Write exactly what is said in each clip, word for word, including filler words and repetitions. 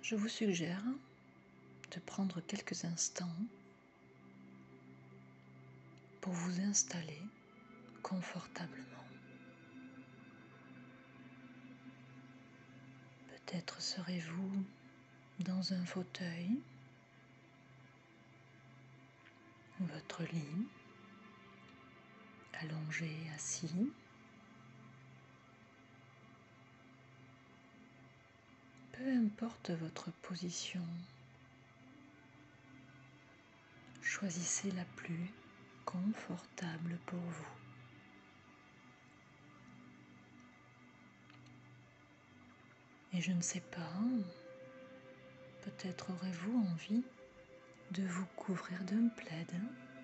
je vous suggère de prendre quelques instants pour vous installer confortablement. Peut-être serez-vous dans un fauteuil, votre lit, allongé, assis. Peu importe votre position, choisissez la plus confortable pour vous. Et je ne sais pas, peut-être aurez-vous envie de vous couvrir d'un plaid,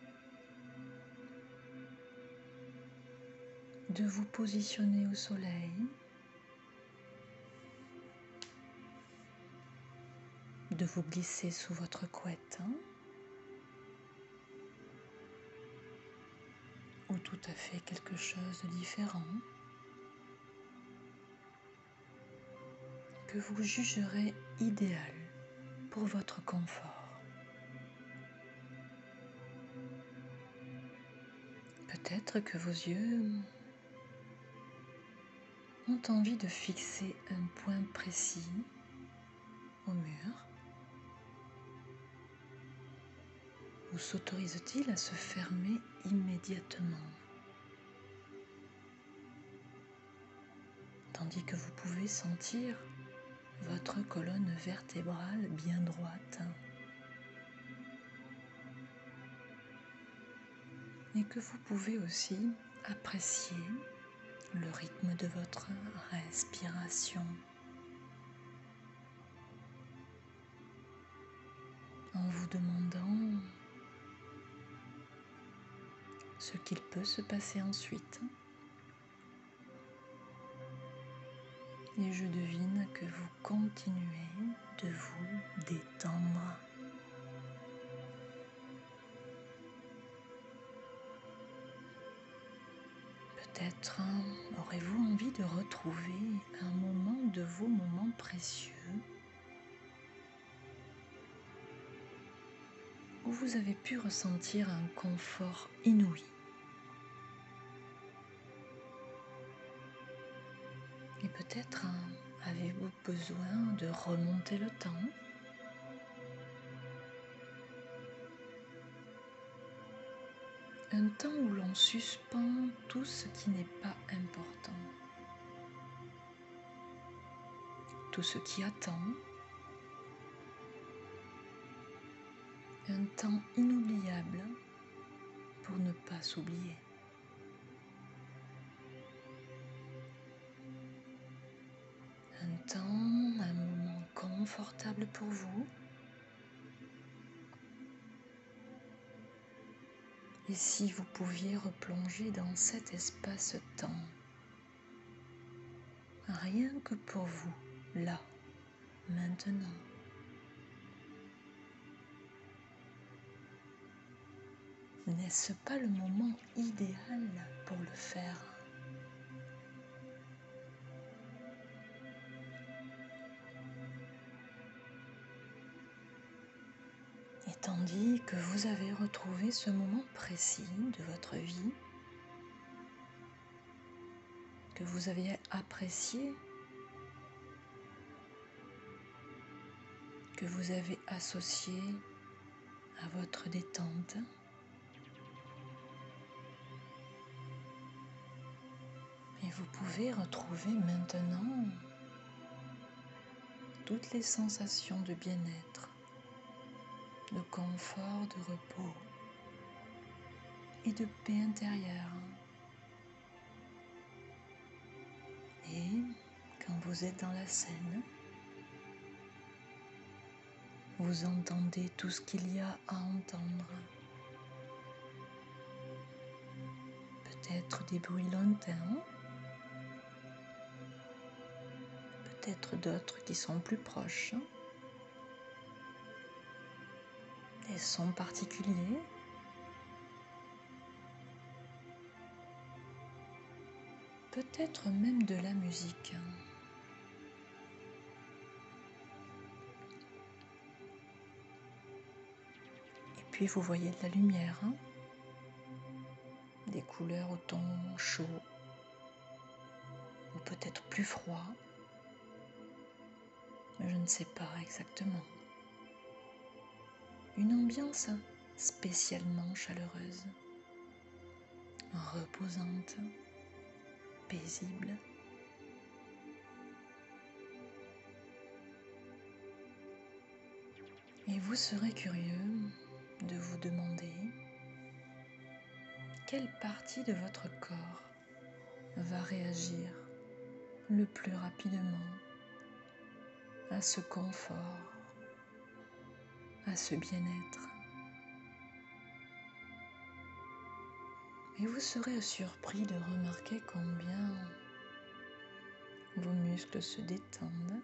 de vous positionner au soleil, de vous glisser sous votre couette, ou tout à fait quelque chose de différent que vous jugerez idéal pour votre confort. Peut-être que vos yeux ont envie de fixer un point précis au mur, ou s'autorise-t-il à se fermer immédiatement, tandis que vous pouvez sentir votre colonne vertébrale bien droite et que vous pouvez aussi apprécier le rythme de votre respiration en vous demandant ce qu'il peut se passer ensuite. Et je devine que vous continuez de vous détendre. Peut-être aurez-vous envie de retrouver un moment de vos moments précieux où vous avez pu ressentir un confort inouï. Et peut-être avez-vous besoin de remonter le temps, un temps où l'on suspend tout ce qui n'est pas important, tout ce qui attend, un temps inoubliable pour ne pas s'oublier. Un temps, un moment confortable pour vous. Et si vous pouviez replonger dans cet espace-temps, rien que pour vous, là, maintenant. N'est-ce pas le moment idéal pour le faire ? Et tandis que vous avez retrouvé ce moment précis de votre vie, que vous avez apprécié, que vous avez associé à votre détente, et vous pouvez retrouver maintenant toutes les sensations de bien-être, de confort, de repos et de paix intérieure. Et quand vous êtes dans la scène, vous entendez tout ce qu'il y a à entendre. Peut-être des bruits lointains, peut-être d'autres qui sont plus proches, des sons particuliers. Peut-être même de la musique. puis vous voyez de la lumière, hein, des couleurs au ton chaud ou peut-être plus froid, je ne sais pas exactement. Une ambiance spécialement chaleureuse, reposante, paisible. Et vous serez curieux de vous demander quelle partie de votre corps va réagir le plus rapidement à ce confort, à ce bien-être. Et vous serez surpris de remarquer combien vos muscles se détendent.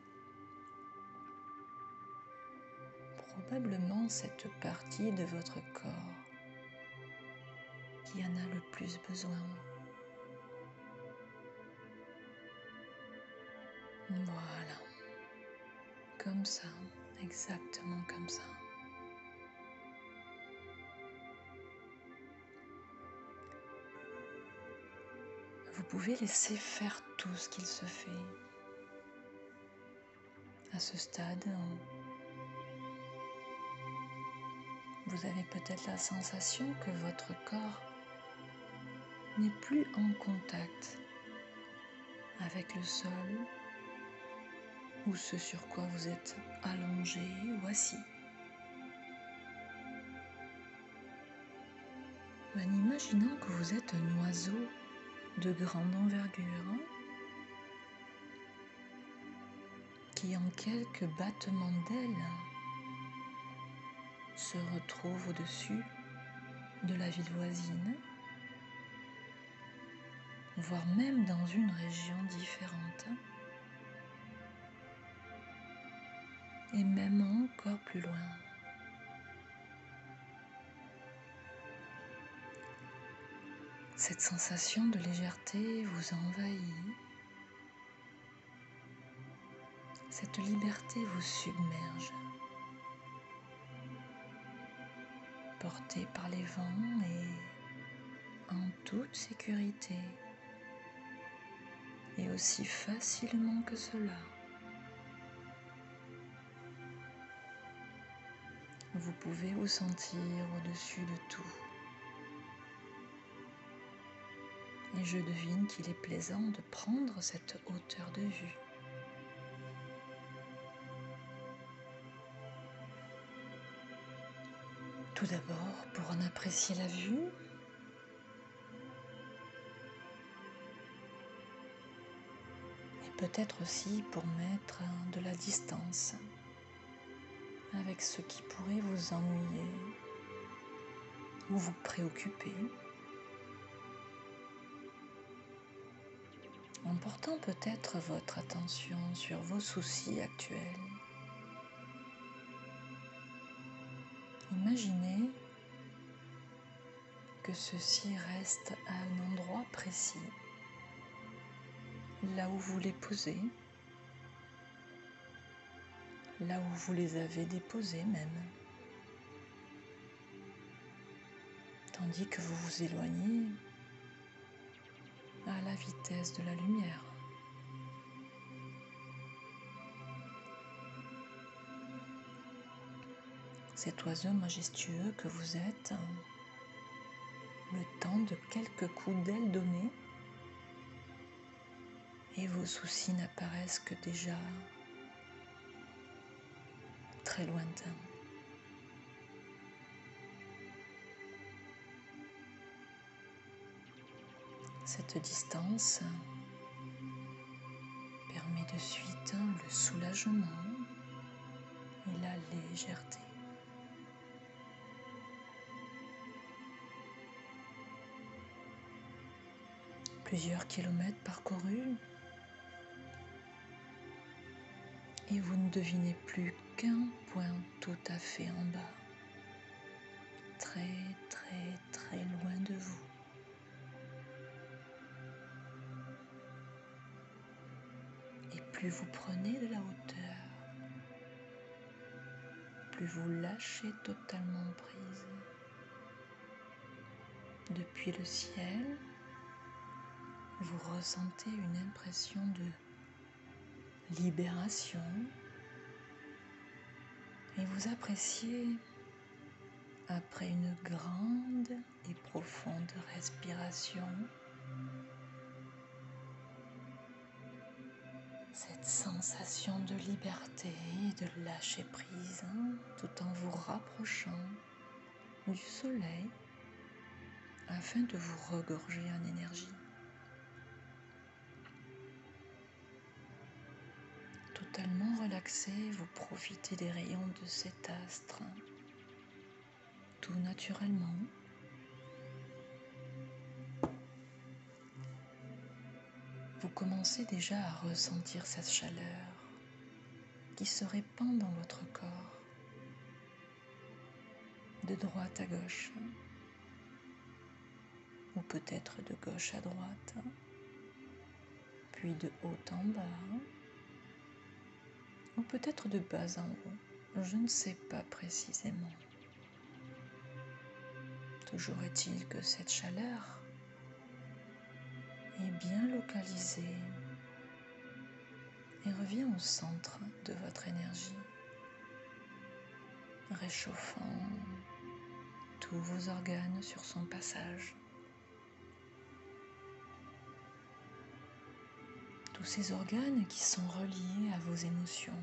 Probablement cette partie de votre corps qui en a le plus besoin. Voilà, comme ça, exactement comme ça. Vous pouvez laisser faire tout ce qu'il se fait. À ce stade, vous avez peut-être la sensation que votre corps n'est plus en contact avec le sol ou ce sur quoi vous êtes allongé ou assis. En imaginant que vous êtes un oiseau de grande envergure qui en quelques battements d'ailes se retrouve au-dessus de la ville voisine, voire même dans une région différente, et même encore plus loin. Cette sensation de légèreté vous envahit. Cette liberté vous submerge, porté par les vents et en toute sécurité, et aussi facilement que cela. Vous pouvez vous sentir au-dessus de tout. Et je devine qu'il est plaisant de prendre cette hauteur de vue. Tout d'abord, pour en apprécier la vue, et peut-être aussi pour mettre de la distance avec ce qui pourrait vous ennuyer ou vous préoccuper, en portant peut-être votre attention sur vos soucis actuels. Imaginez que ceux-ci restent à un endroit précis, là où vous les posez, là où vous les avez déposés même, tandis que vous vous éloignez à la vitesse de la lumière. Cet oiseau majestueux que vous êtes, le temps de quelques coups d'aile donnés, et vos soucis n'apparaissent que déjà très lointains. Cette distance permet de suite le soulagement et la légèreté. Plusieurs kilomètres parcourus et vous ne devinez plus qu'un point tout à fait en bas, très très très loin de vous. Et plus vous prenez de la hauteur, plus vous lâchez totalement prise. depuis le ciel, vous ressentez une impression de libération et vous appréciez, après une grande et profonde respiration, cette sensation de liberté et de lâcher prise, hein, tout en vous rapprochant du soleil afin de vous regorger en énergie. Totalement relaxé, vous profitez des rayons de cet astre, tout naturellement. Vous commencez déjà à ressentir cette chaleur qui se répand dans votre corps, de droite à gauche, ou peut-être de gauche à droite, puis de haut en bas, ou peut-être de bas en haut, je ne sais pas précisément. Toujours est-il que cette chaleur est bien localisée et revient au centre de votre énergie, réchauffant tous vos organes sur son passage. Tous ces organes qui sont reliés à vos émotions.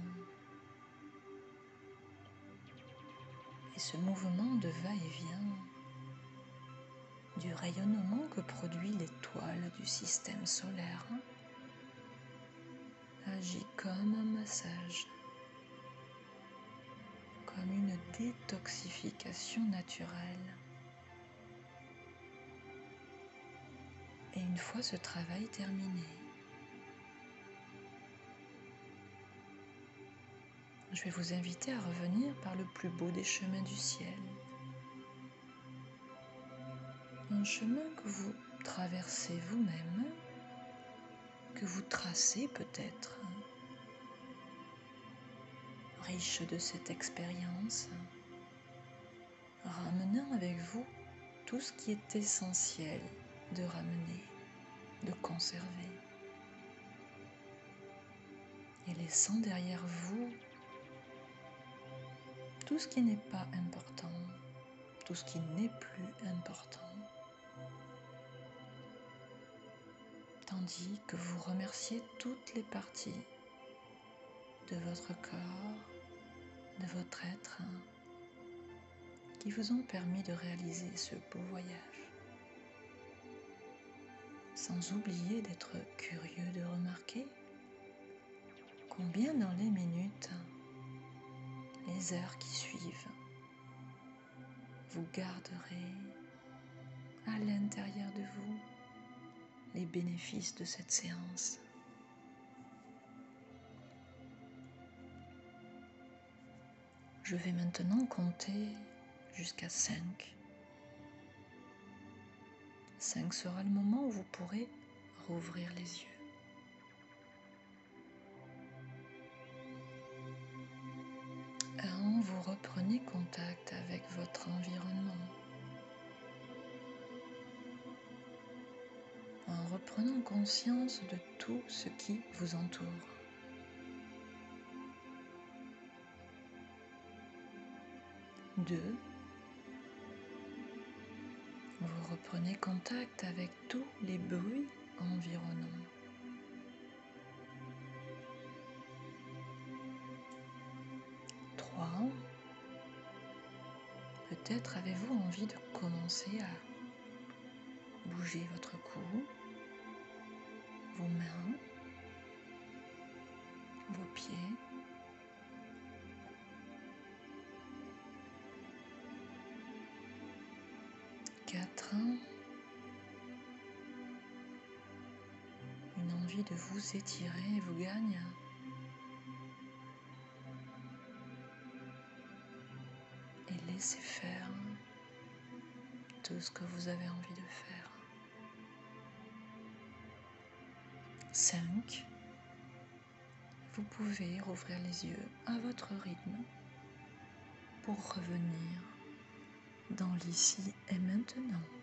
Et ce mouvement de va-et-vient du rayonnement que produit l'étoile du système solaire agit comme un massage, comme une détoxification naturelle. Et une fois ce travail terminé, je vais vous inviter à revenir par le plus beau des chemins du ciel. Un chemin que vous traversez vous-même, que vous tracez peut-être, riche de cette expérience, ramenant avec vous tout ce qui est essentiel de ramener, de conserver, et laissant derrière vous tout ce qui n'est pas important, tout ce qui n'est plus important, tandis que vous remerciez toutes les parties de votre corps, de votre être, qui vous ont permis de réaliser ce beau voyage. Sans oublier d'être curieux de remarquer combien dans les minutes, les heures qui suivent, vous garderez à l'intérieur de vous les bénéfices de cette séance. Je vais maintenant compter jusqu'à cinq. cinq sera le moment où vous pourrez rouvrir les yeux. un. Vous reprenez contact avec votre environnement en reprenant conscience de tout ce qui vous entoure. deux. Vous reprenez contact avec tous les bruits environnants. trois. Peut-être avez-vous envie de commencer à bouger votre cou, vos mains, vos pieds. quatre. Une envie de vous étirer vous gagne. Et laissez faire tout ce que vous avez envie de faire. cinq. Vous pouvez rouvrir les yeux à votre rythme pour revenir dans l'ici et maintenant.